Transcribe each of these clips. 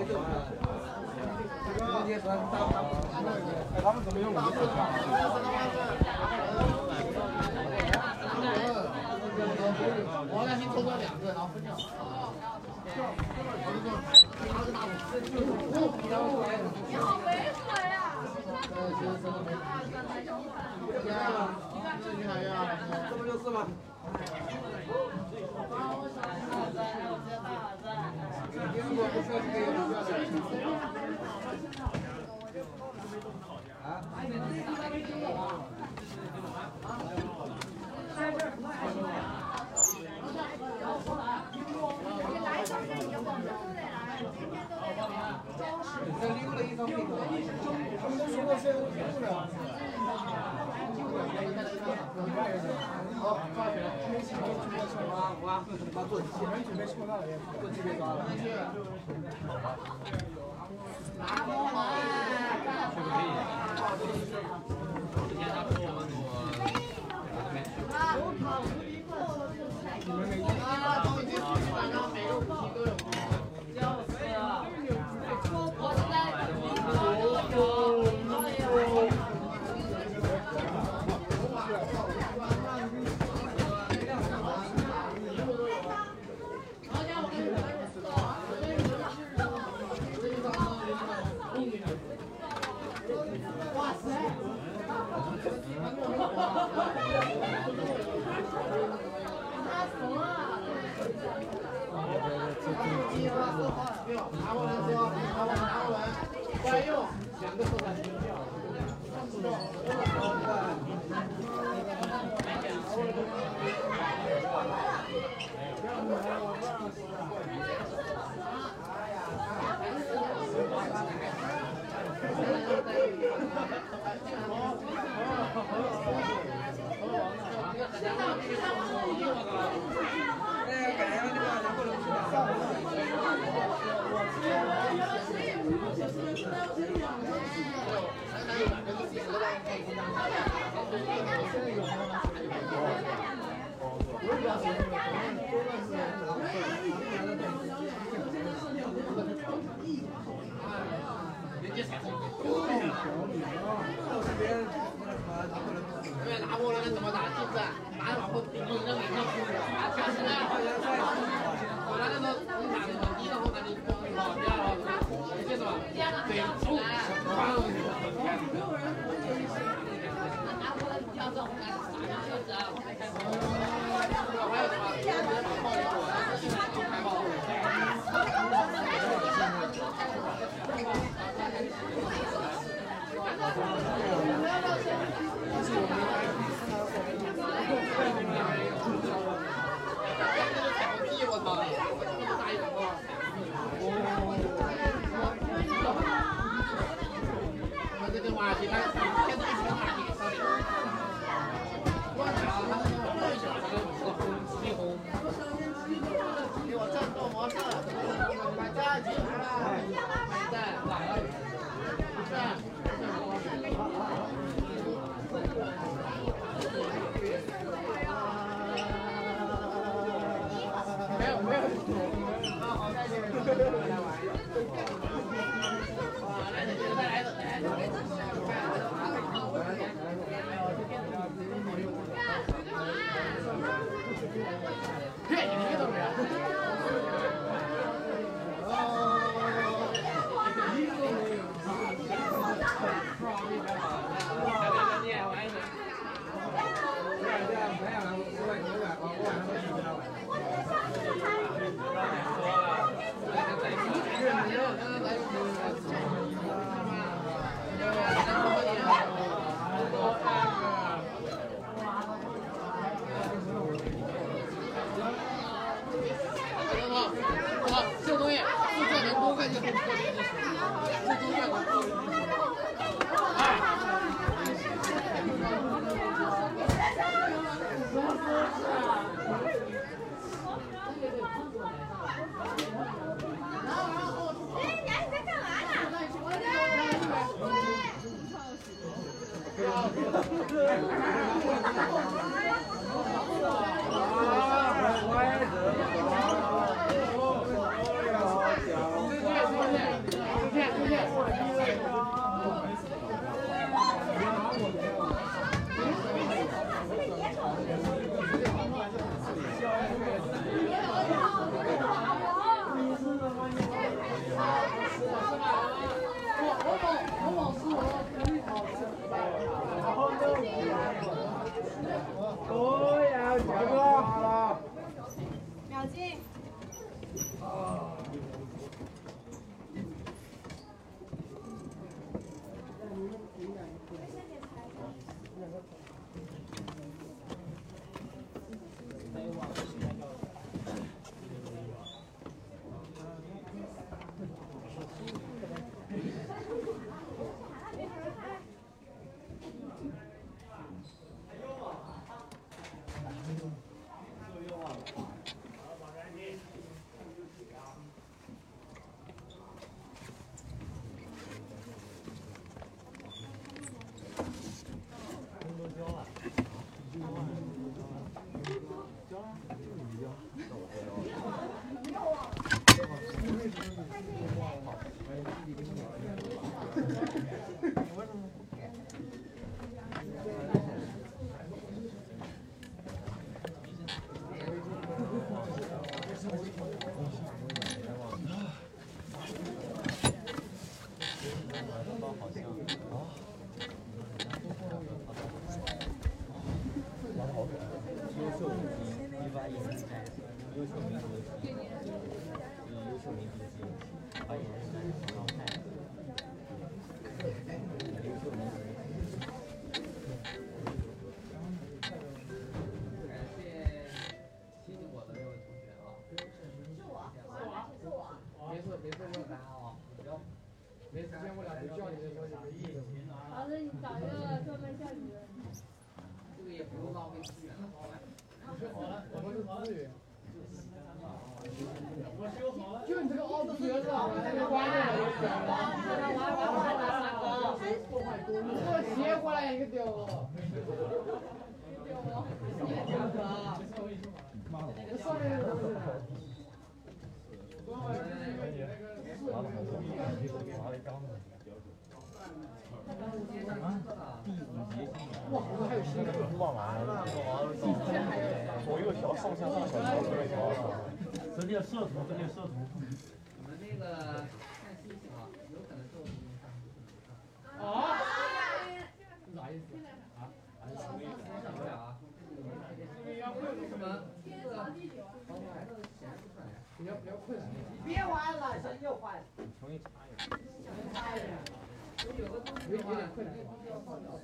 他们怎么用的？ 我让你抽到2个，然后分掉。 你好猥琐呀！ 这不就是吗？ 来上这里，广州都得来，天天都得来。 这溜了一张病。好，抓起来。哇，把做鸡，准备送到做鸡被抓了。 拿过来。这个可以。之前他说我们终于去晚上每个5期都有。我是在。哇塞！他怂了。计划是没有，拿过来说，拿过来，管用，2个手感挺好。拿过来怎么打？是不是？拿老婆扔脸上去了，确实呢。我拿那个红卡的手机，然后把你老掉了，记住吧？对，冲！拿过来跳这红卡，啥样子啊？还有什么？开爆！我操！大一个！我这个话题，他现在是话题，少点。我操！他那个为什么这个霓虹？给我战斗模式，买战机，买战，来了，战。没有。好，再见。来玩。哇，来，再来一个，这你都没有。这东西自作能多快就自作愿能。 我也是。 老师，你找一个专门教你的。 这个也不用浪费资源了，好吧？ 就你这个奥迪学生，这个关键了，我斜过来一个丢了。上面哇，还有新的逛完了，左右调上下上小调左右调。这列摄图，这列摄图。 你们那个看心情啊，有可能是我们上。 啊？啥意思？啊？ 上不了啊。为什么？这个孩子显示不出来。 比较困。 别玩了，先又换。 重新插一个。 有个东西的话，肯定必须要放掉。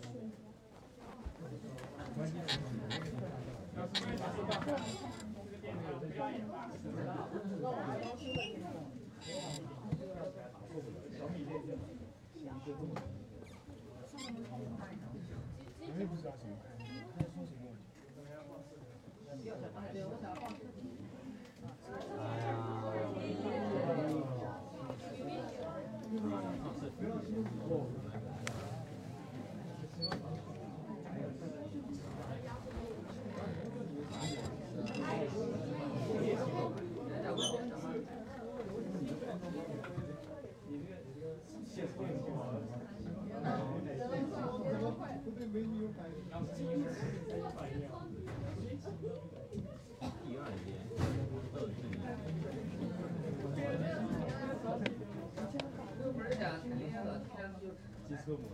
不是讲肯定的，这样就机车模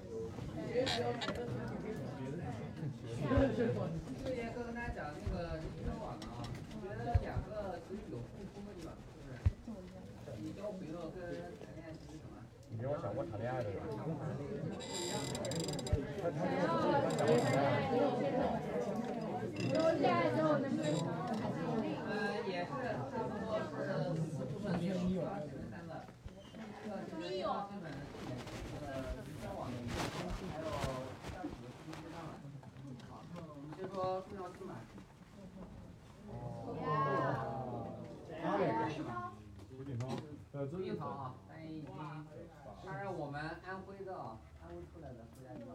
就也跟大家讲那个机车网啊，我觉得两个其实有共通的地方，是不是？你交朋友跟谈恋爱其实什么？ 你让我想过谈恋爱的人。 也是差不多是4部分，主要是3个。你有基本交往的一个，还有相处的时间上了。好，你就说重要是嘛？朱锦涛啊，翻译已经，他是我们安徽的啊，安徽出来的国家领导。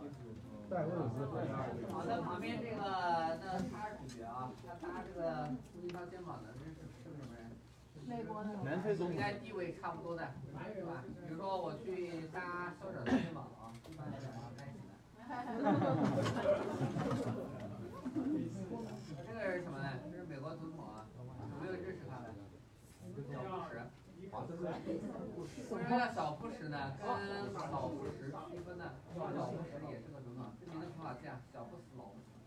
好，那旁边这个，那他是主角啊，他搭这个朱锦涛肩膀的，这是个什么人？ 美国的。 应该地位差不多的，是吧？比如说我去搭校长的肩膀啊，一般来讲是开心的。这个是什么呢？这是美国总统啊，有没有认识他的？小布什。为什么叫小布什呢？跟老布什区分呢？老布什也是个总统，这名字很好记啊，小布什老布什。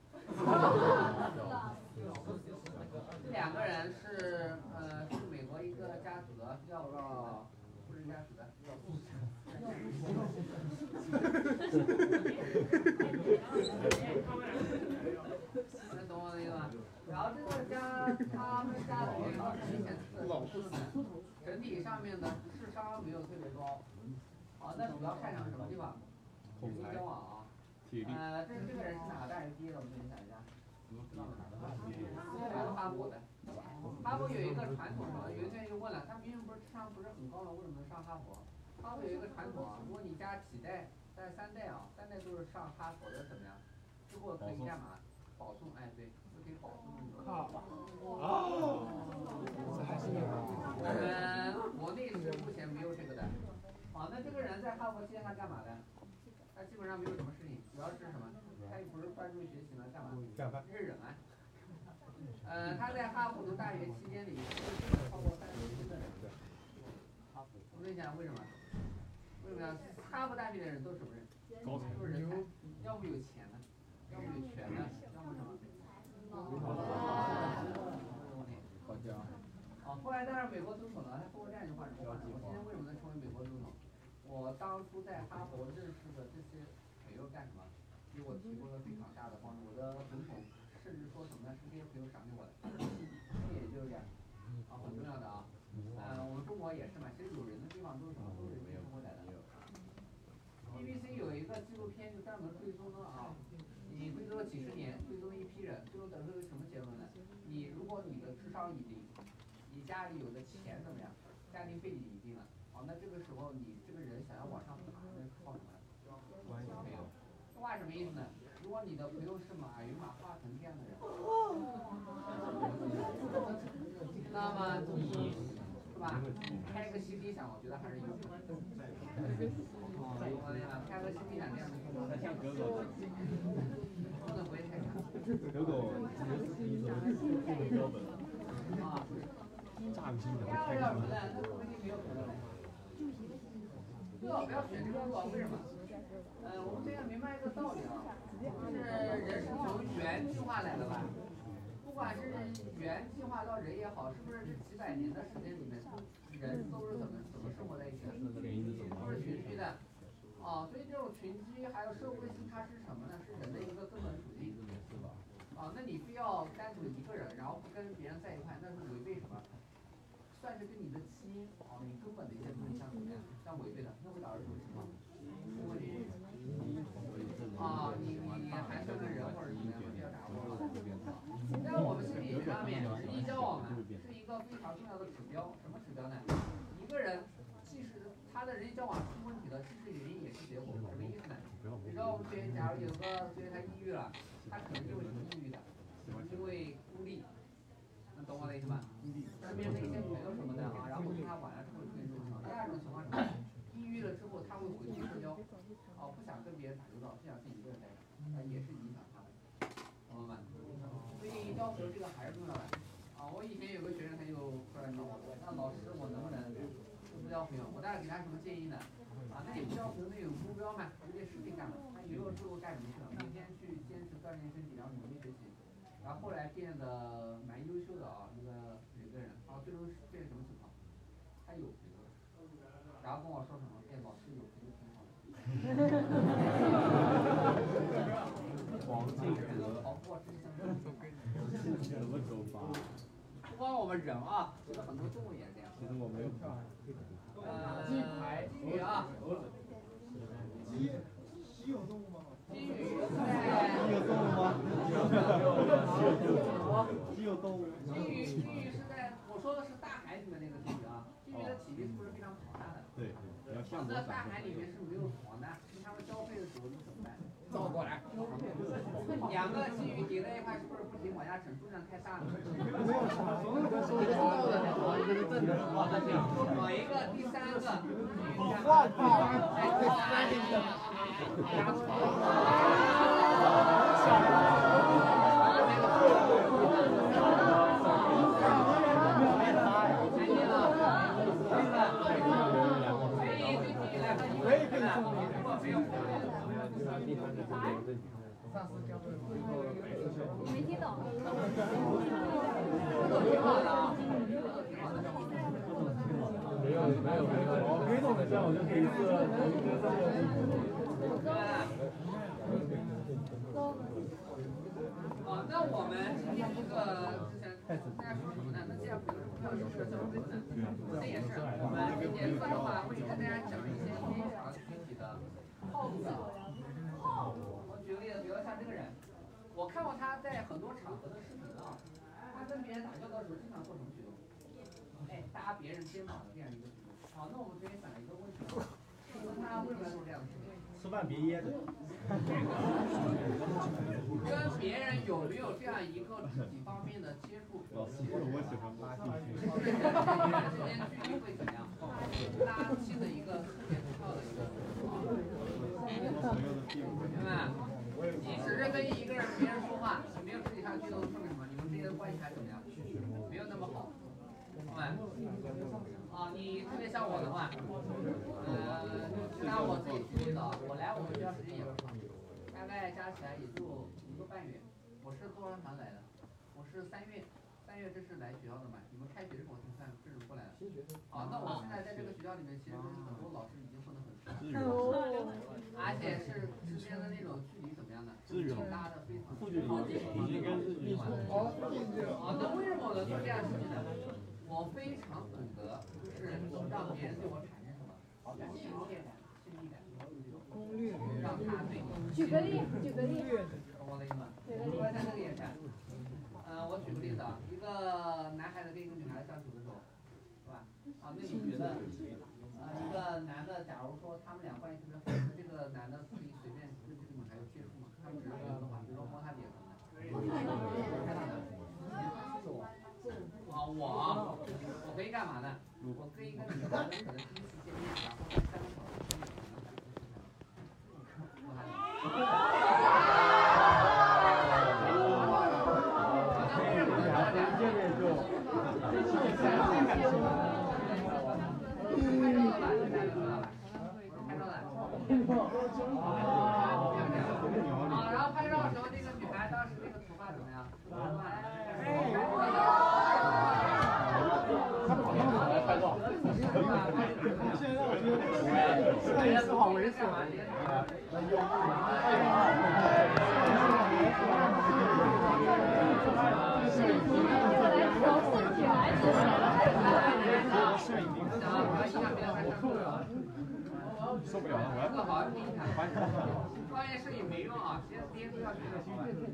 这2个人是美国一个家族的，叫做布什家族的。能懂我的意思吗？然后这个他们家里面明显是整体上面的智商没有特别高。好，那主要擅长什么地方？人际交往啊。这个人是哪个大学毕业的？我们想一下。知道吗？来自哈佛的。哈佛有一个传统什么？有一天就问了，他明明不是智商不是很高的，为什么能上哈佛？哈佛有一个传统啊，如果你家几代在3代啊，3代都是上哈佛的，怎么样？之后可以干嘛？保送，哎，对，就可以保送那种。这还是有。我们国内是目前没有这个的， 好，那这个人在哈佛期间他干嘛的？他基本上没有什么事情，主要是什么？他又不是专注学习呢，干嘛？日忍啊。他在哈佛读大学期间里是超过30分的人。我跟你讲为什么？为什么呀？哈佛大学的人都是什么人？都是人才，要么有钱的，要么有权的，要么什么？后来当然美国总统呢，他说过这样一句话：我今天为什么能成为美国总统？我当初在哈佛认识的这些朋友干什么？给我提供了非常大的帮助。我的总统甚至说什么呢？是这些朋友赏给我的，这也就是这样很重要的啊。我们中国也是嘛，其实有人的地方都是什么？都是人民生活来的。BBC 有一个纪录片就专门追踪的啊，你追踪了几十年，追踪一批人，最后得出一个什么结论呢？如果你的智商已定，你家里有的钱怎么样？家庭背景已定了，那这个时候你这个人想要往上爬，那是靠什么？没有。这话什么意思呢？如果你的朋友是马云、马化腾这样的人，那么你是吧？开个洗涤厂，我觉得还是有用的。开个洗涤厂这样的，他像哥哥，不能不会太强。 哥哥，标本。炸鱼心的。 要什么呢？那肯定没有可能的。最好不要选这个工作，为什么？我们这样明白一个道理啊，就是人是从原计划来的吧？不管是原计划到人也好，是不是这几百年的时间里面，人都是怎么生活在一起的？都是群居的。所以这种群居还有社会性，它是什么呢？是人的一个根本属性。那你非要单独一个人，然后不跟别人在一块，那是违背什么？算是跟你的基因你根本的一些东西相怎么样？相违背的，那会导致什么情况？因为你还算个人或者怎么样，比较掌握了。在我们心理学上面，人际交往呢是一个非常重要的指标。什么指标呢？一个人即使他的人际交往出问题了，既是原因也是结果。什么意思呢？你知道我们学员假如有个学员他抑郁了，他可能因为什么抑郁的？因为孤立。能懂我的意思吗？身边的一些朋友什么的然后跟他晚上是会出现这种情况。第二种情况是抑郁了之后，他会回避社交，不想跟别人打交道，不想自己一个人待着，也是影响他的，懂了吗？所以交朋友这个还是重要的。我以前有个学生他就突然找我，那老师我能不能不交朋友？我大概给他什么建议呢？那你不交朋友，那有目标嘛，有点事情干嘛？那以后之后干什么去了？每天去坚持锻炼身体，然后努力学习。然后后来变得蛮优秀的那个人，最终变成什么情况？他有朋友，然后跟我说什么？老师有朋友挺好的。王进和逃过真相。 什么手法？ 不光我们人其实很多动物也是这样。 其实我没有。 鸡排、金鱼鸡有动物吗？ 金鱼鸡有动物吗？鸡有动物。 金鱼是在我说的是大海里面那个金鱼金鱼的体力是不是非常庞大的？ 对，要像那大海里面是没有床的，他们交配的时候你怎么办？倒过来，两个金鱼叠在一块，是不是不停往下沉？数量太大了。 没有床， 一个是正的，一个第三个。 画没听懂。 没懂的，这样我就可以那我们今天这个之前大家说什么呢？那既然不要就是交流呢，这也是我们今天的话会跟大家讲一些非常具体的套路的。我举个例子，比如像这个人，我看过他在很多场合的视频他跟别人打交道的时候经常做什么举动？搭别人肩膀的这样一个举动。那我们可以想一个问题问他为什么要做这样的事情？ 吃饭别噎着。 跟别人有没有这样一个肢体方面的接触？ 老师，我喜欢拉近距离。 人之间距离会怎么样？拉近的一个时间。 你只是跟一个人别人说话，没有实际上去都说明什么？你们之间的关系还怎么样？没有那么好，明白？啊，你特别像我的话，就拿我自己举例子啊，我来我们学校时间也不长，大概加起来也就1个半月。我是多少团来的？我是3月这是来学校的嘛？你们开学的时候我挺算正式过来的。啊，那我现在在这个学校里面，其实跟很多老师已经混得很熟了，而且是之间的那种距离怎么样呢？拉的非常近。啊，那为什么我能做这样事情呢？我非常懂得，就是让别人对我产生什么亲切感、亲密感，让他对你。 举个例， 懂我的意思吗？我看这个眼神。我举个例子啊，一个男孩子跟一个女孩子相处的时候，是吧？啊，那你觉得，一个男的，假如说他们俩关系特别好，那这个男的可以随便跟这个女孩子接触吗？他们只是聊的话，比如说摸她脸什么的。我可以干嘛呢？我可以跟你可能第一次见面，然后3个小时之内可能然后拍照的时候，那个女孩当时那个头发怎么样？ 拍照。 现在我觉得摄影师好猥琐。 受不了了，我要好好听一下。专业摄影没用啊，其实别人都要学的。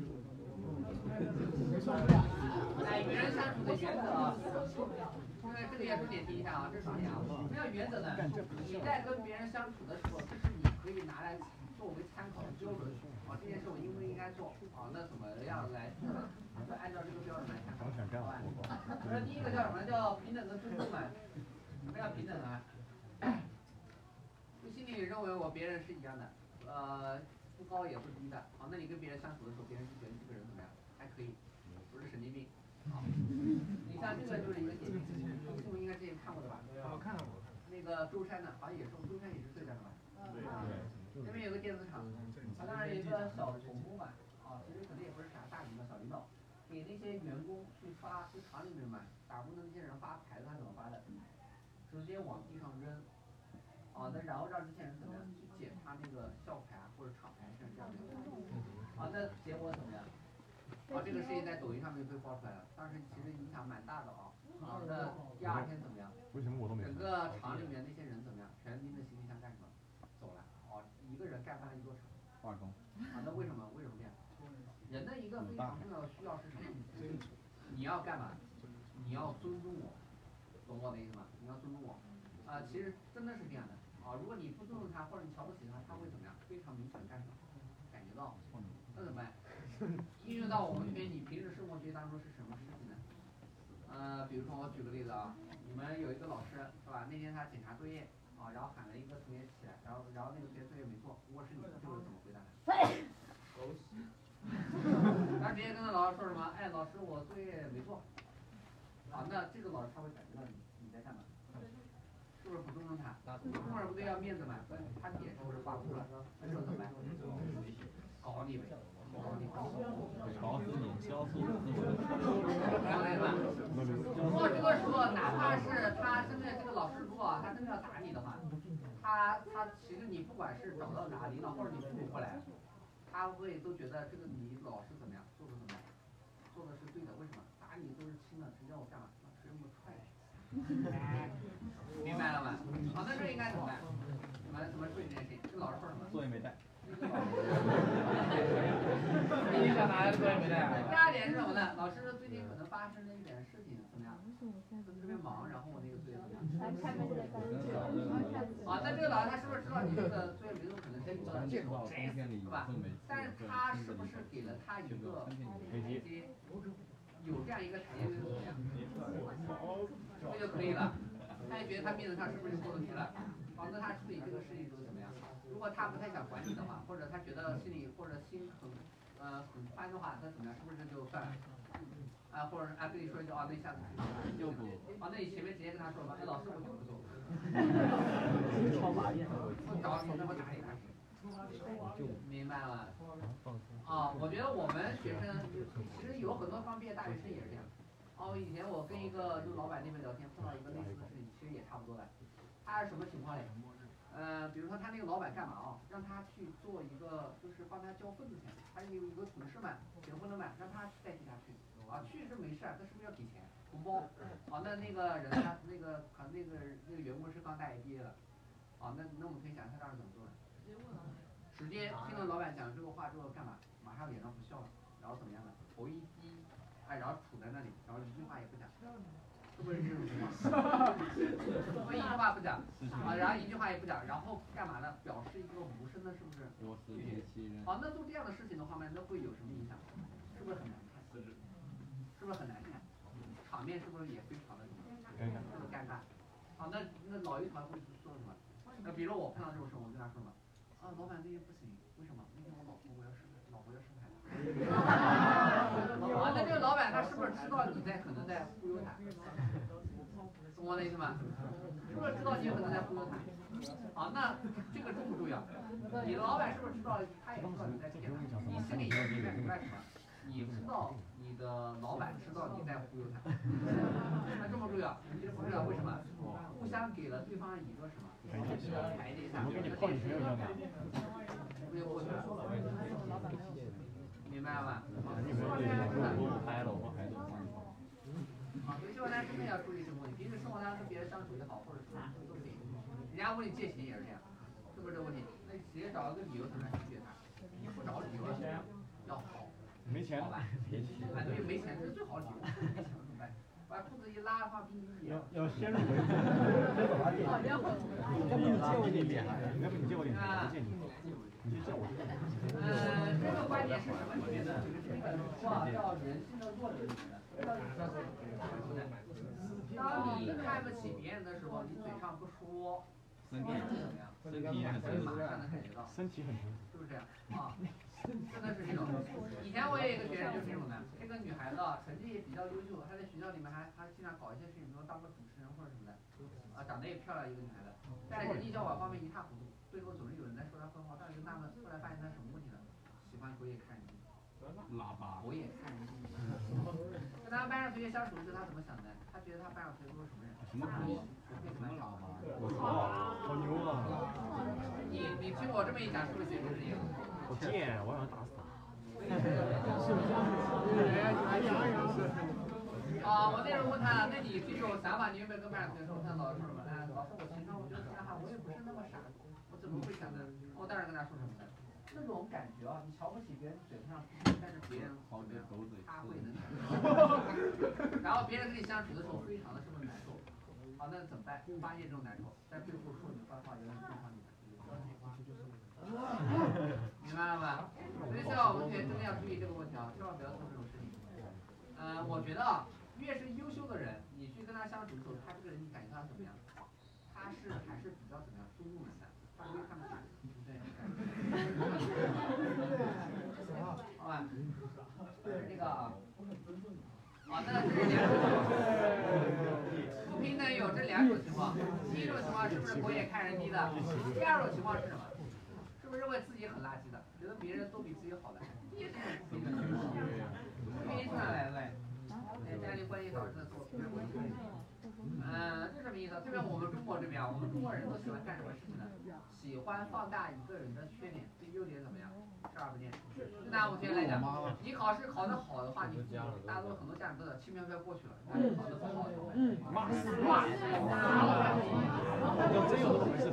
与人相处的原则啊，这个也重点听一下啊，这是重点啊。什么叫原则呢？你在跟别人相处的时候，这是你可以拿来作为参考的标准啊。这件事我应不应该做啊？那怎么样来按照这个标准来参考？好吧。我说第一个叫什么？叫平等的尊重嘛。什么叫平等啊？就心里认为我别人是一样的，不高也不低的，好，那你跟别人相处的时候，别人就觉得这个人怎么样？还可以，不是神经病。好，你像这个就是一个典型，新闻应该之前看过的吧？ 我看到过。 那个舟山的，好像也是舟山也是浙江的吧？对。那边有个电子厂，当然有一个小宠物嘛，啊，其实可能也不是啥大领导、小领导，给那些员工去发，就厂里面嘛，打工的那些人发牌子，他怎么发的？直接往地上扔。啊，那然后让这些人怎么样去捡他那个校牌啊或者厂牌像这样的。啊，那结果怎么样？啊，这个事情在抖音上面被爆出来了，当时其实影响蛮大的啊。啊，那第2天怎么样？ 为什么我都没？ 整个厂里面那些人怎么样？全拎着行李箱干什么？走了。哦，一个人干翻了一座厂。 罢工。 啊，那为什么？为什么这样？人的一个非常重要的需要是什么？你要干嘛？你要尊重我，懂我的意思吗？你要尊重我。啊，其实真的是这样的。啊，如果你不尊重他或者你瞧不起他，他会怎么样？非常明显的干什么？感觉到，那怎么办？应用到我们你平时生活学习当中是什么事情呢？比如说我举个例子啊，你们有一个老师是吧？那天他检查作业啊，然后喊了一个同学起来，然后那个同学作业没做，如果是你，这个怎么回答呢？狗屎！他直接跟他老师说什么？哎，老师我作业没做。啊，那这个老师他会感觉到你在干嘛？是不是不尊重他？中国人不都要面子嘛？他脸是不是挂不了？那这怎么办？搞你呗，搞你！ 搞死你，笑死你！ 如果这个时候，哪怕是他真的这个老师，如果他真的要打你的话，他其实你不管是找到哪领导或者你父母过来，他会都觉得这个你老师怎么样，做的怎么样，做的是对的。为什么？打你都是轻的，谁叫我干嘛？谁这么踹？明白了吗？好，那这应该怎么办？怎么处理这件事情？这个老师说什么？ 作业没带。 你想拿作业没带？第2点是什么呢？老师最近可能发生了一点事情，怎么样？特别忙，然后我那个作业怎么样？啊，那这个老师他是不是知道你这个作业没做，可能是一个借口，是吧？但是他是不是给了他一个台阶？有这样一个台阶怎么样？这就可以了。他也觉得他面子上是不是过得去了？好，那他处理这个事情时候怎么样？如果果他不太想管你的话，或者他觉得心里或者心很宽的话，他怎么样？是不是就算了？或者跟你说一句那下次就不那你前面直接跟他说吧，老师我就不做。 超马眼。 我找你，那我打一打。明白了。我觉得我们学生其实有很多刚毕业大学生也是这样。以前我跟一个就老板那边聊天，碰到一个类似的事情，其实也差不多的。他是什么情况嘞？比如说他那个老板干嘛让他去做一个，就是帮他交份子钱。他有一个同事嘛，结婚了嘛，让他代替他去。去是没事，他是不是要给钱红包？那个人他那个员工是刚大学毕业的。那我们可以想他当时怎么做呢？直接听了老板讲这个话之后干嘛？马上脸上不笑了，然后怎么样呢？头一低，然后杵在那里，然后一句话也不讲，是不是这种情况？是不是一句话不讲然后一句话也不讲，然后干嘛呢？表示一个无声的，是不是？那做这样的事情的话呢，那会有什么影响？是不是很难看？是不是很难看？场面是不是也非常的尴尬？那老一团会说什么？比如我碰到这种事，我跟他说嘛，老板那天不行，为什么？那天我老婆要生孩子。那这个老板他是不是知道你可能在忽悠他？懂我的意思吗？是不是知道你可能在忽悠他？那这个重不重要？你的老板是不是知道？他也知道你在骗他，你心里也明白什么？你知道你的老板知道你在忽悠他，那重不重要？其实不重要，为什么？互相给了对方一个什么台阶下？跟你泡女朋友一样的。没有过去。明白了吧？所以生活当中真的要注意这个问题。平时生活当中跟别人相处也好，或者说都可以。人家问你借钱也是这样，是不是这个问题？那直接找一个理由怎么来拒绝他？你不找理由要好。 没钱。 好吧。对，没钱这是最好的理由。没钱怎么办？把裤子一拉的话，比你脸。 要先入为主。先找他借。要不你借我点，要不你借我点，我借你。你借我。 这个观点是什么里面的？这本书叫《人性的弱点》里面的。当你看不起别人的时候，你嘴上不说，身体怎么样？身体很诚实，马上能感觉到。 身体很诚实。 是不是这样？真的是这种。以前我也有一个学生就是这种的，这个女孩子成绩也比较优秀，她在学校里面还经常搞一些事情，比如当个主持人或者什么的，长得也漂亮一个女孩子，在人际交往方面一塌糊涂，最后总是有人在说她坏话，但是就纳闷，后来发现她什么问题呢？喜欢狗眼看人低。 喇叭。 狗眼看人低。跟他班上同学相处的时候，他怎么想的？他觉得他班上同学都是什么人？ 什么狗？ 什么喇叭？ 我操，好牛啊！ 你听我这么一讲，是不是觉得是这样？ 好贱，我想打死他。 我那时候问他，那你这种想法，你有没有跟班上同学说？他老师说什么？老师，我平常我觉得这样哈，我也不是那么傻，我怎么会想的？我当然跟他说什么呢？那种感觉你瞧不起别人嘴上，但是别人好怎么样？他会能感觉。然后别人跟你相处的时候，非常的是不是难受？那怎么办？发泄这种难受，在背后说你坏话，有人对方你。明白了吧？所以我们同学真的要注意这个问题千万不要做这种事情。我觉得越是优秀的人，你去跟他相处的时候，他这个人你感觉他怎么样？他还是比较怎么样？中路人的，他不会看不起你，对。好吧，这个那这是两种不平等有这两种情况。第一种情况是不是狗眼看人低的？第二种情况是什么？是不是认为自己很垃圾的，觉得别人都比自己好的？也是不平等。原因是哪来的嘞？家庭关系导致的自我关系。这什么意思？特别我们中国这边我们中国人都喜欢干什么事情呢？喜欢放大一个人的缺点，对优点怎么样？视而不见。就拿我今天来讲，你考试考得好的话，你大多很多家长都轻飘飘过去了。你考得不好的话，骂死。 要真有这么回事。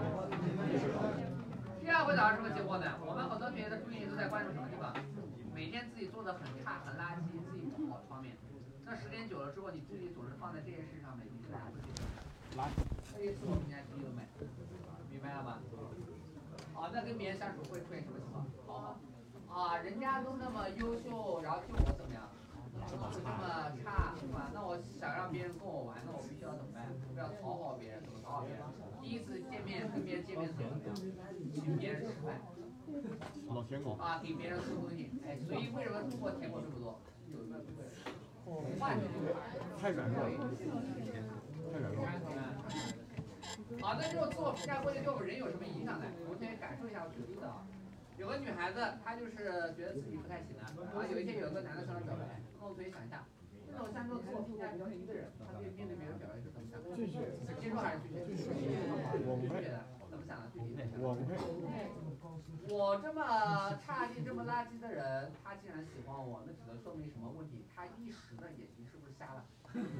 这样会导致什么结果呢？我们很多同学的注意力都在关注什么地方？每天自己做的很差、很垃圾、自己不好的方面。那时间久了之后，你注意力总是放在这件事上面，你自然会觉得垃圾。这一次我们家第一个买，明白了吗？那跟别人相处会出现什么情况？人家都那么优秀，然后就我怎么样？这么差是吧？那我想让别人跟我玩，那我必须要怎么办？我要讨好别人，怎么讨好别人？第一次见面跟别人见面的时候怎么样？请别人吃饭。 老舔狗啊，给别人送东西，哎，所以为什么中国舔狗这么多？有一个换着太软弱了，太软弱了。 好，那这种自我评价过程对我们人有什么影响呢？我们可以感受一下，我举个例子啊。有个女孩子，她就是觉得自己不太行了，然后有一天有一个男的向她表白，那我们可以想一下，这种像这种自我评价比较低的人，他对面对别人表白是怎么想的？ 拒绝， 是接受还是拒绝？拒绝的，怎么想的？具体的。 我不会。 我这么差劲、这么垃圾的人，他竟然喜欢我，那只能说明什么问题？他一时的眼睛是不是瞎了？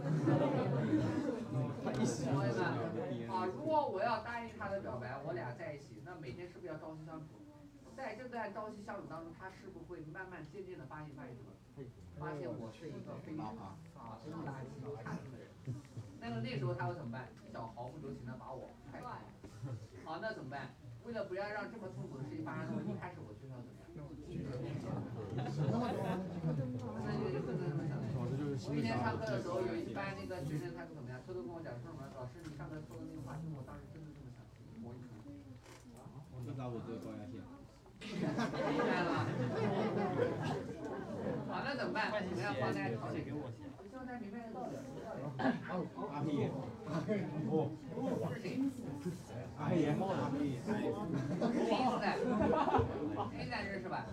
他一时朋友们啊，如果我要答应他的表白，我俩在一起，那每天是不是要朝夕相处？在这段朝夕相处当中，他是不是会慢慢渐渐的发现什么？发现我是一个非常这么垃圾、差劲的人。那时候他会怎么办？一脚毫不留情的把我踹开。好，那怎么办？为了不要让这么痛苦的事情发生，一开始我就要怎么样？那就跟他们讲的。我以前上课的时候，有一班那个学生，他是怎么样？偷偷跟我讲说什么？老师，你上课说的那个话，我当时真的这么想，我一模一样。 我就拿我这个高压线。 明白了。好，那怎么办？我们要帮大家调整。我希望大家明白这个道理。 阿皮。哦。 是谁？ 阿皮。阿皮。 A 男认识吧？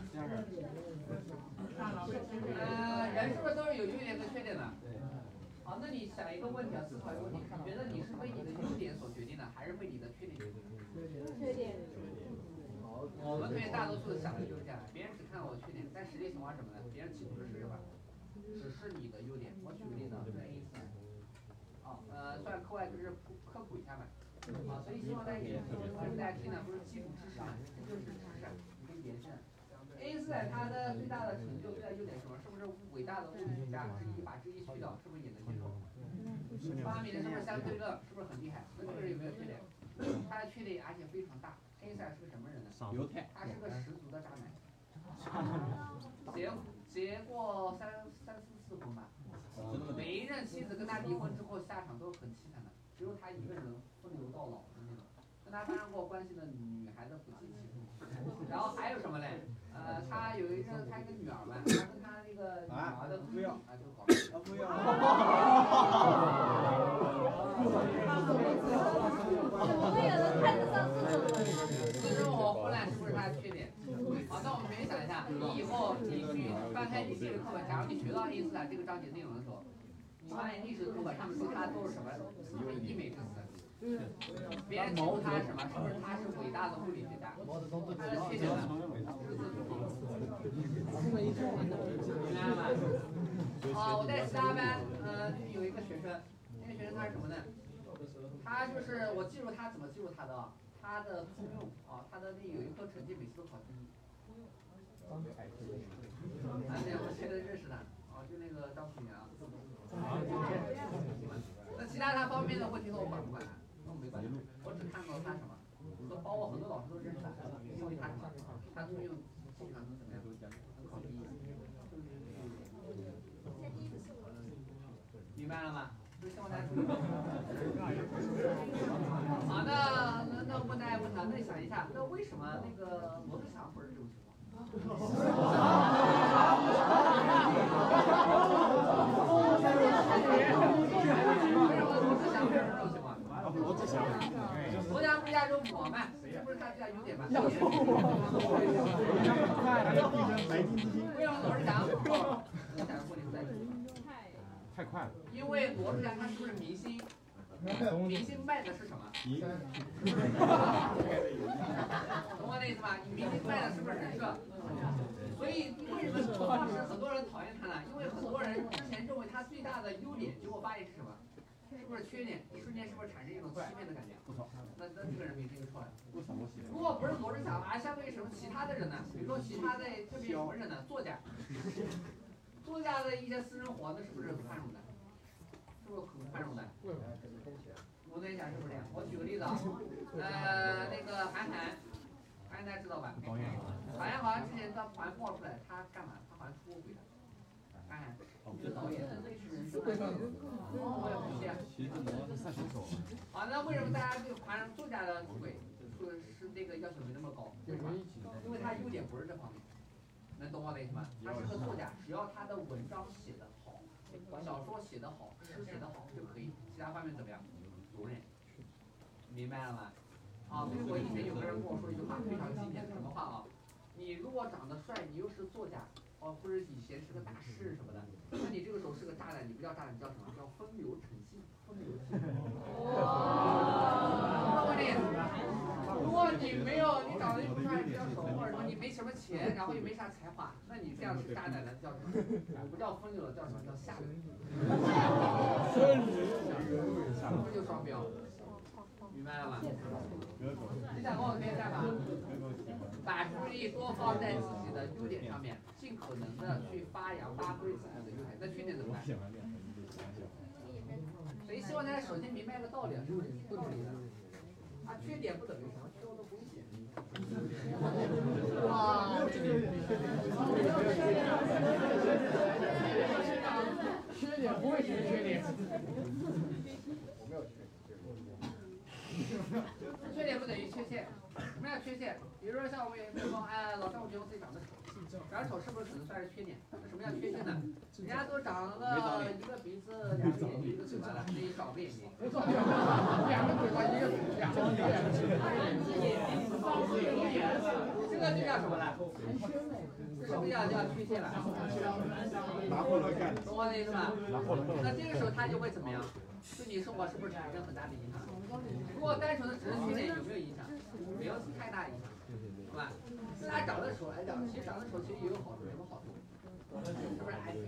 人是不是都是有优点和缺点的？好，那你想一个问题啊，思考一个问题，你觉得你是被你的优点所决定的，还是被你的缺点决定的？ 缺点。 我们同学大多数想的就是这样，别人只看我的缺点，但实际情况是什么呢？别人记住的是什么？只是你的优点。我举个例子啊，这个意思。算课外知识科普一下嘛。啊，所以希望大家听呢，不是记住知识嘛，这就是知识，你可以延伸。爱因斯坦他的最大的成就、最大的优点是什么？是不是伟大的物理学家之一？把之一去掉，是不是也能接受？发明的是不是相对论？是不是很厉害？那这个人有没有缺点？他的缺点而且非常大。爱因斯坦是个什么人呢？ 犹太。 他是个十足的渣男。结过三四次婚吧。每一任妻子跟他离婚之后，下场都是很凄惨的，只有他一个人风流到老的那种。跟他发生过关系的女孩子不计其数。然后还有什么嘞？他有一阵，他一个女儿嘛，他跟他那个女儿的不要就搞了。 不要。 怎么会有人看得上这种人？ 私生活混乱是不是他的缺点？好，那我们可以想一下，你以后你去翻开你历史课本，假如你学到爱因斯坦这个章节内容的时候，你发现历史课本上面说他都是什么？溢美之词。别人记住他是什么？是不是他是伟大的物理学家？他的缺点呢？明白了吗？好，我在其他班，有一个学生，那个学生他是什么呢？他就是我记住他怎么记住他的啊？他的通用啊，他的那有一科成绩每次都考第一。对，我现在认识他，啊，就那个张楚元啊。那其他方面的问题呢，我管不管他？那我没管他，我只看到他什么？包括很多老师都认识他，因为他什么？他通用基本上能怎么样？能考第一。明白了吗？希望大家注意。好，那问大家问他，那你想一下，那为什么那个罗志祥不是这种情况？罗志祥不是亚洲舞王吗？这不是他最大优点吗？为什么罗志祥？ 太快了。 因为罗志祥他是不是明星？明星卖的是什么？懂我的意思吧？明星卖的是不是人设？所以为什么当时很多人讨厌他呢？因为很多人之前认为他最大的优点，结果发现是什么？是不是缺点？一瞬间是不是产生一种欺骗的感觉？那这个人名声就出来了。如果不是罗志祥，而相对于什么其他的人呢？比如说其他的特别什么人呢？作家的一些私生活，那是不是很宽容的？是不是很宽容的？我跟你讲是不是这样？我举个例子啊，那个韩寒大家知道吧？好像之前他好像爆出来，他干嘛？他好像出过轨的。 韩寒，一个导演，是会上我也不啊，那为什么大家对华人作家的出轨是那个要求没那么高？为什么？因为他优点不是这方面，能懂我的意思吗？他是个作家，只要他的文章写得好，小说写得好，诗写得好就可以，其他方面怎么样？容忍，明白了吗？啊，所以我以前有个人跟我说一句话，非常经典的什么话啊？你如果长得帅，你又是作家，哦，或者以前是个大师什么的，那你这个时候是个渣男，你不叫渣男，叫什么？叫风流成性，风流成性。如果你没有，你长得又不帅，比较丑，或者说你没什么钱，然后又没啥才华，那你这样是渣男的，叫什么？不叫风流了，叫什么？叫下流。这就双标。明白了吗？你想跟我可以干嘛？把注意力多放在自己的优点上面，尽可能的去发扬发挥自己的优点。那缺点怎么办？所以希望大家首先明白一个道理，是不是道理呢？啊，缺点不等于什么，缺都不用写。哇！ 缺点不会写缺点。 我没有缺点。 缺点不等于缺陷，什么叫缺陷？比如说像我们有些朋友说，哎，老张我觉得我自己长得丑，长得丑是不是可能算是缺点？那什么叫缺陷呢？人家都长了一个鼻子、两个眼睛、一个嘴巴了，你少个眼睛， 两个嘴巴一个两张脸， 这个就叫什么了？是不是叫缺陷了？懂我的意思吗？那这个时候他就会怎么样？对你生活是不是产生很大的影响？如果单纯的只是缺点，有没有影响？没有太大影响，是吧？自他长得丑来讲，其实长得丑其实也有好处，什么好处？是不是安全？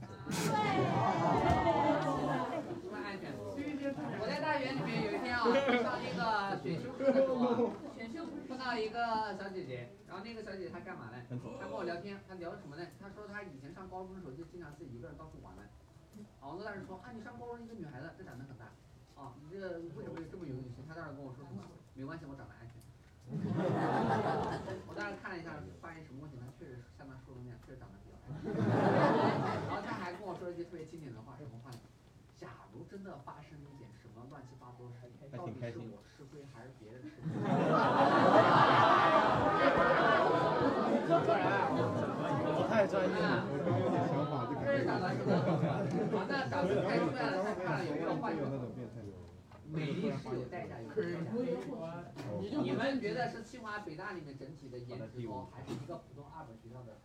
是不是安全？我在大学里面有一天啊，上那个选修课的时候啊，碰到一个小姐姐，然后那个小姐姐她干嘛呢？她跟我聊天，她聊什么呢？她说她以前上高中的时候就经常自己一个人到处玩呢。我当时说啊，你上高中一个女孩子，这胆子很大，啊，你这为什么有这么有勇气？她当时跟我说什么？没关系，我长得安全。我当时看了一下，发现什么问题呢？确实像她说的那样，确实长得比较安全。然后她还跟我说一句特别经典的话，什么话呢？假如真的发生一点什么乱七八糟的事情，到底是我吃亏还是别人吃亏？ 我太专业了， 这是长得是的，啊，那长得太出来了，太看了有没有换一个？美丽是有代价，有代价。你们觉得是清华北大里面整体的颜值高，还是一个普通二本学校的？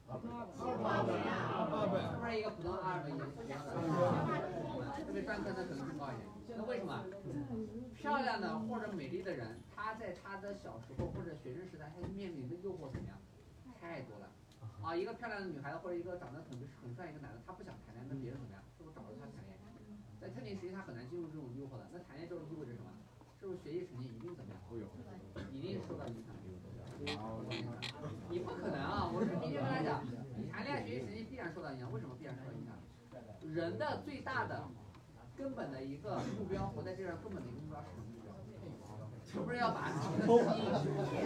是不是一个普通二本学校的？特别专科的可能更高一点。那为什么？漂亮的或者美丽的人，他在他的小时候或者学生时代，他面临的诱惑怎么样？太多了。啊，一个漂亮的女孩子或者一个长得很帅一个男的，他不想谈恋爱，那别人怎么样？是不是找着他谈恋爱？在特定时期他很难进入这种诱惑的。那谈恋爱之后意味着什么？是不是学习成绩一定怎么样？一定受到影响。你不可能啊！我是明确跟他讲，你谈恋爱学习成绩必然受到影响。为什么必然受到影响？人的最大的根本的一个目标，活在这上根本的一个目标是什么目标？是不是要把自己的基因，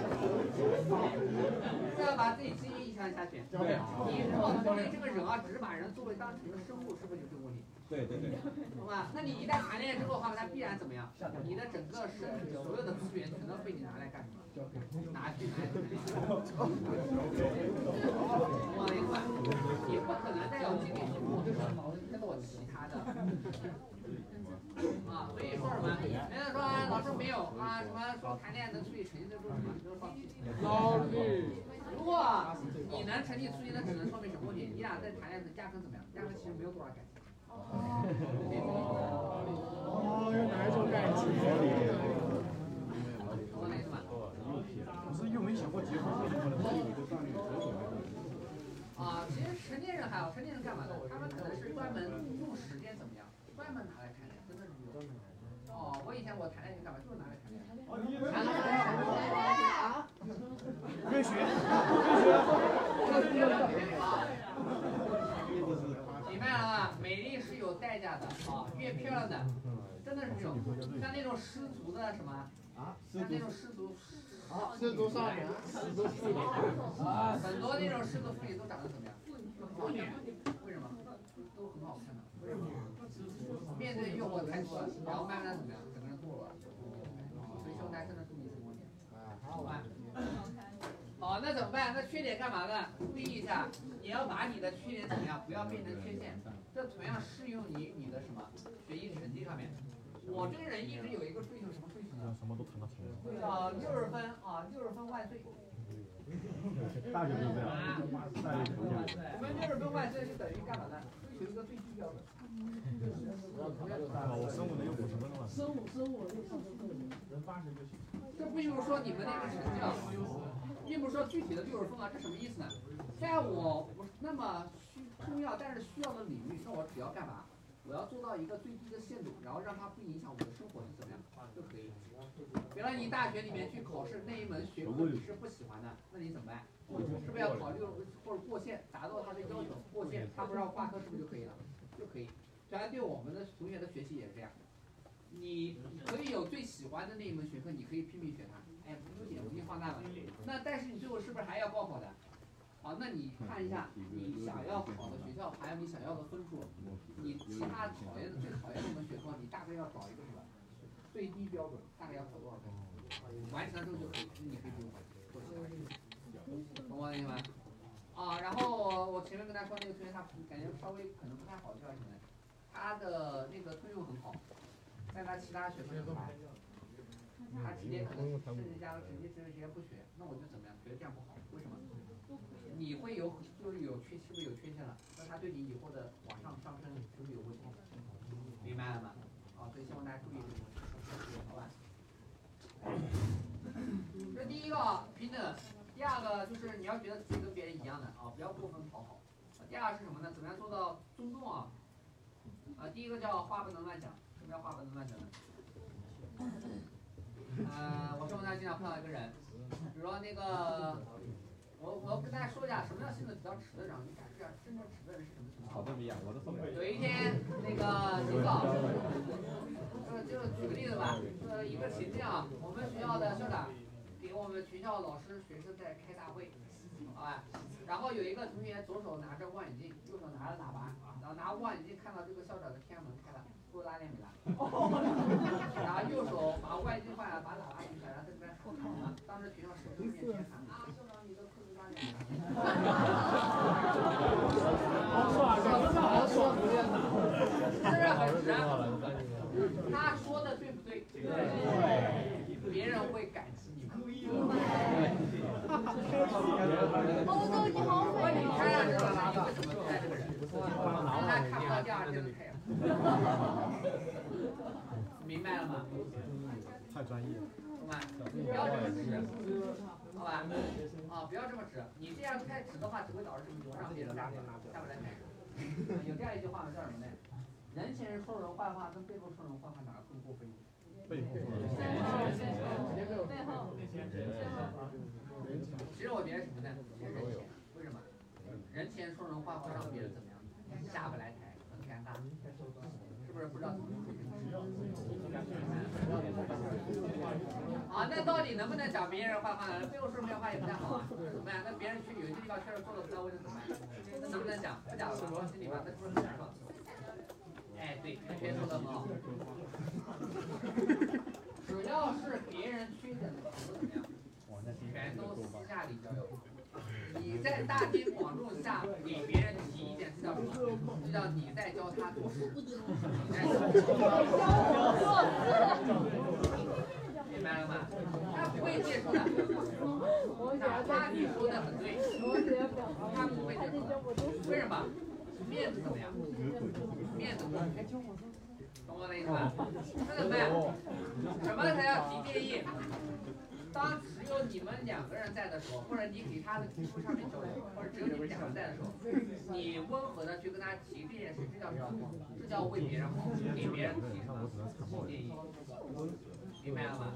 是要把自己基因遗传下去？你如果作为这个人啊，只是把人作为当成一个生物，是不是就这个问题？ 对对对， 懂吧？那你一旦谈恋爱之后的话，它必然怎么样？你的整个身体所有的资源全都被你拿来干什么？拿去谈恋爱。我的意思，你不可能再有精力去做其他的。啊，所以说什么？人家说啊，老师没有啊，什么说谈恋爱能促进成绩，这都是什么？都是放屁。如果你能成绩促进，那只能说明什么问题？你俩在谈恋爱的压根怎么样？压根其实没有多少感情。 有哪一种感情？ 懂我的意思吗？ 不是又没想过结婚为什么呢？ 啊，其实成年人还好，成年人干嘛的？他们可能是专门用时间怎么样，专门拿来谈恋爱，真的是有。哦，我以前我谈恋爱就干嘛，就是拿来谈恋爱。 越学。 明白了吧？美丽是有代价的啊，越漂亮的，真的是这种，像那种失足的什么啊，像那种失足少女，失足妇女，很多那种失足妇女都长得怎么样？妇女，为什么？ 都很好看的，面对诱惑太多了，然后慢慢怎么样，整个人堕落了。所以希望大家真的注意这个问题。好吧。好，那怎么办？那缺点干嘛呢？注意一下，你要把你的缺点怎么样，不要变成缺陷。这同样适用于你的什么学习成绩上面。我这个人一直有一个追求，什么追求呢？ 什么都谈到钱。 叫60分啊，60分万岁。 大学就是这样，大学就是这样。 我们60分万岁就等于干嘛呢？追求一个最低标准。 我生物能有50分的吗？ 生物人80就行。 这并不是说你们那个成绩啊，并不是说具体的60分啊，这什么意思呢？在我不是那么重要，但是需要的领域，那我只要干嘛？我要做到一个最低的限度，然后让它不影响我的生活是怎么样就可以。比如你大学里面去考试那一门学科你是不喜欢的，那你怎么办？是不是要考虑或者过线，达到它的要求过线，他不让挂科是不是就可以了？就可以。当然对我们的同学的学习也是这样。你可以有最喜欢的那一门学科，你可以拼命学它，哎，优点无限放大了。那但是你最后是不是还要高考的？好，那你看一下你想要考的学校，还有你想要的分数，你其他最讨厌的一门学科，你大概要找一个什么最低标准，大概要考多少分？完成了之后就可以，你可以不用做其他事情，懂我的意思吗？啊，然后我前面跟他说那个同学，他感觉稍微可能不太好，叫什么呢？他的那个推用很好，但他其他学科很差。他直接可能甚至加个成绩直接不学，那我就怎么样？觉得这样不好，为什么？你会有就是有缺，是不是有缺陷了？那他对你以后的往上上升是不是有问题？明白了吗？啊，所以希望大家注意这个问题，好吧？这第一个平等，第二个就是你要觉得自己跟别人一样的啊，不要过分讨好。第二是什么呢？怎么样做到尊重啊？第一个叫话不能乱讲，什么叫话不能乱讲呢？我生活上经常碰到一个人，比如说那个，我跟大家说一下，什么叫性子比较直的人，你感受一下真正直的人是什么情况。有一天，那个领导，就举个例子吧，一个情境啊，我们学校的校长给我们学校老师学生在开大会，好吧，然后有一个同学左手拿着望远镜，右手拿着喇叭，然后拿望远镜看到这个校长的天安门开了。多拉链没拉，然后右手把望远镜换了，把喇叭举起来，然后在这边喊啊，当着全校师生面前喊啊，校长你的裤子拉链没拉。是不是很直？他说的对不对？对，别人会感激你们。 欧洲你好美你看上这个喇叭，为什么爱这个人？让他看不到第二天的太阳。明白了吗？ 太专业了。 懂吗？不要这么直，好吧？啊，不要这么直。你这样太直的话，只会导致什么？让别人下不来台。有这样一句话叫什么呢？人前人说人坏话跟背后说人坏话哪个更过分一点？ 背后说人。 其实我觉得什么呢？其实人前，为什么？人前说人坏话让别人怎么样？下不来台，很尴尬，是不是？不知道怎么处理这个事？啊，那到底能不能讲别人坏话呢？背后说别人话也不太好啊，怎么样？那别人去有些地方确实做的不到位，怎么办？那能不能讲？不讲了，放心里吧，那是不是很难受？哎，对，同学说的很好。只要是别人缺点的时候怎么样？全都私下里交流。你在大庭广众下给别人提意见，这叫什么？这叫你在教他做事。你在明白了吗？他不会接受的，哪怕你说的很对，他不会接受的。为什么？面子怎么样？面子懂我的意思吧？那怎么办？什么才叫提建议？当只有你们两个人在的时候，或者你给他的提出上面交流，或者只有你们两个人在的时候，你温和的去跟他提这件事，这叫什么？这叫为别人好，给别人提什么建议？明白了吗？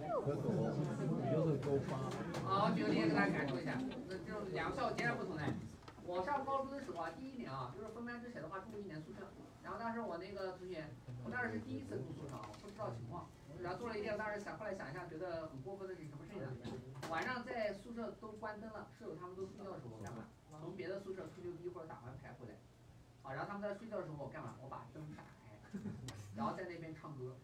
好，举个例子跟大家感受一下，那这种两个效果截然不同的。我上高中的时候啊，第一年啊，就是分班制写的话，住1年宿舍。然后当时我那个同学，我当时是第一次住宿舍啊，我不知道情况。然后做了一件，当时后来想一下，觉得很过分的是什么事情呢？晚上在宿舍都关灯了，室友他们都睡觉的时候，我干嘛？从别的宿舍吹牛逼或者打完牌回来， 啊，然后他们在睡觉的时候我干嘛？我把灯打开，然后在那边唱歌。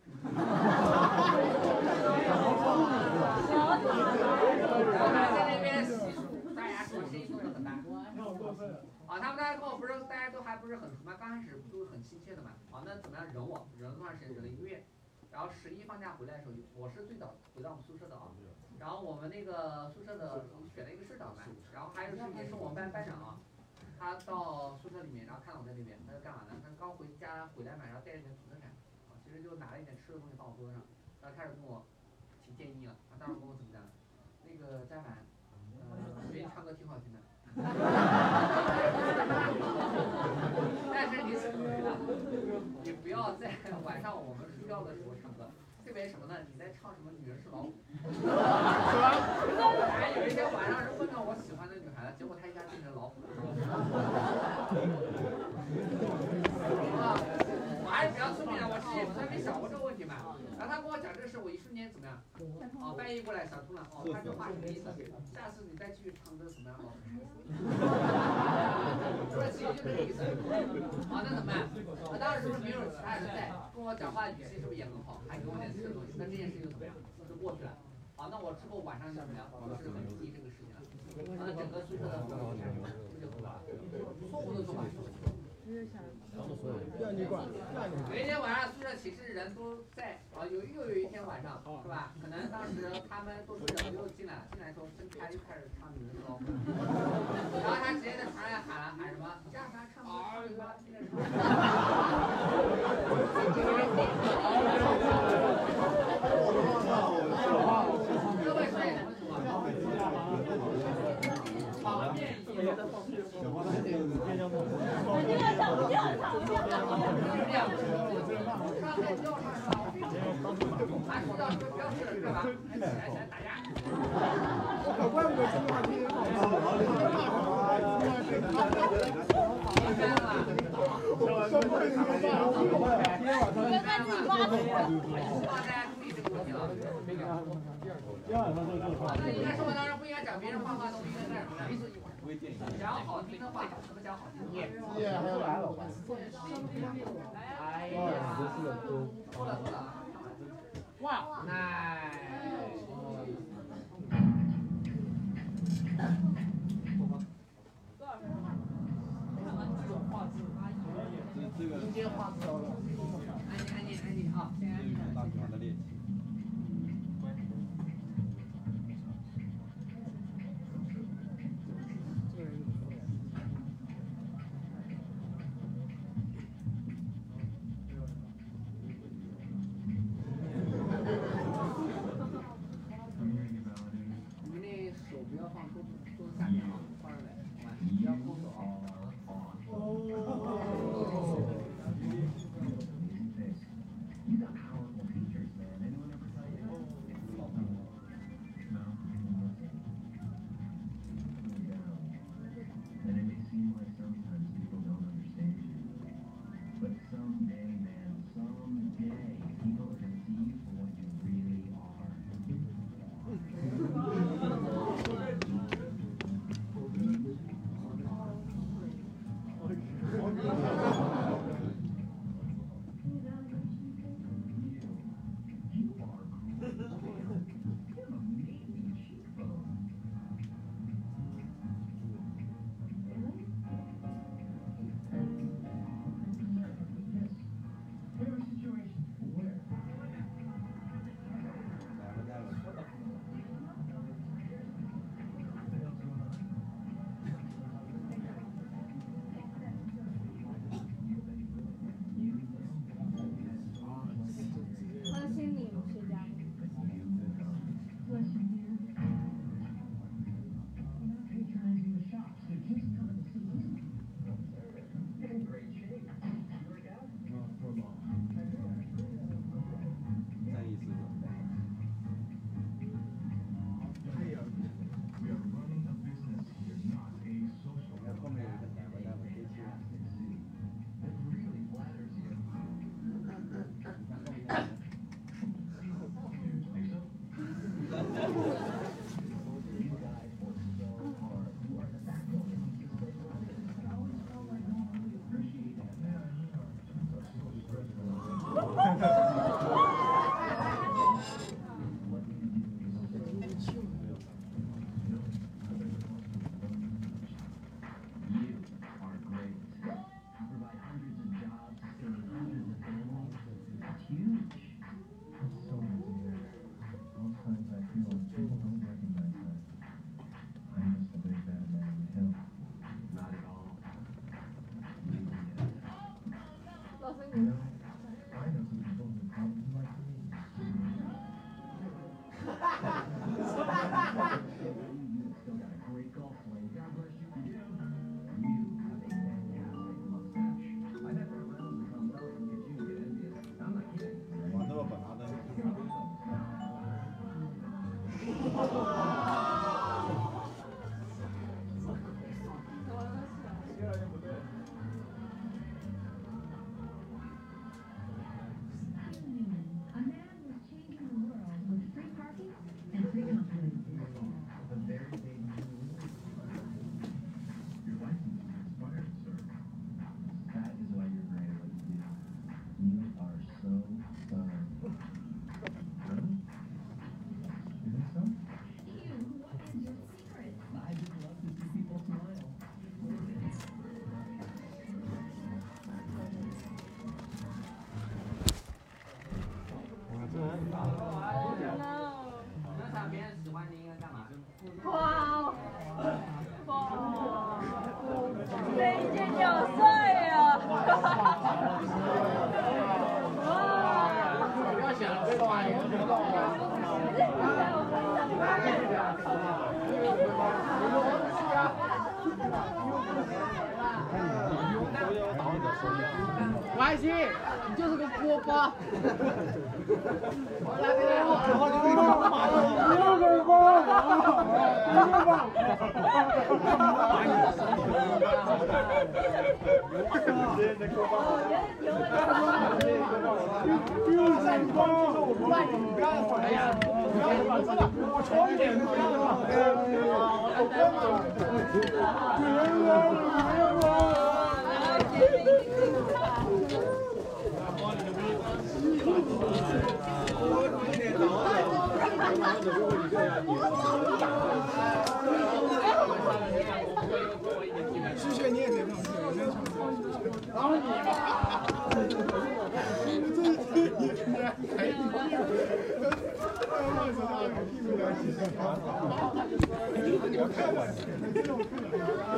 然后还在那边洗漱，大家说声音都是很大。啊，他们大家跟我不是，大家都还不是很熟嘛，刚开始都是很亲切的嘛。啊，那怎么样忍我？忍了多长时间？忍了1个月。然后11放假回来的时候，我是最早回到我们宿舍的啊。然后我们那个宿舍的选了一个社长嘛，然后还有也是我们班长啊。他到宿舍里面，然后看到我在那边，他就干嘛呢？他刚回家回来嘛，然后带了点土特产，啊，其实就拿了一点吃的东西放我桌子上，然后开始跟我提建议了，啊，当时跟我怎么讲？那个佳凡，我觉得你唱歌挺好听的，但是你死了，你不要在晚上我们睡觉的时候唱歌。特别什么呢？你在唱什么？女人是老虎。哎，有一天晚上是问到我喜欢的女孩子，结果她一下变成老虎了。我还是比较聪明的，我之前从来没想过这个问题嘛。然后他跟我讲这个事，我一瞬间怎么样？哦，翻译过来想通了。哦，他这话什么意思？下次你再继续唱歌怎么样？哦，说其实就这个意思。好，那怎么办？当时是不是没有其他人在？跟我讲话语气是不是也很好？还给我点吃的东西？那这件事情怎么样？就过去了。好，那我之后晚上就怎么样？我是很注意这个事情了。那整个宿舍的氛围是不是就好了？错误的做法。有一天晚上宿舍寝室人都在啊，又有一天晚上是吧？可能当时他们都睡着又进来了，进来之后睁开又开始唱女人的老虎，然后他直接在床上喊什么？你叫啥唱歌？听着唱。各位帅什么组啊？场面一流。 怪不得这句话听得应该生活当中不应该讲别人坏话，都应该干什么呢？讲好听的话，怎么讲好听？ 耶，还要来了。 哎呀，错了。哇，来。 中间画字了。 安静啊，先安静。 大喜欢的猎奇。 歪西，你就是个锅巴。 谢谢你也得上去，然后你。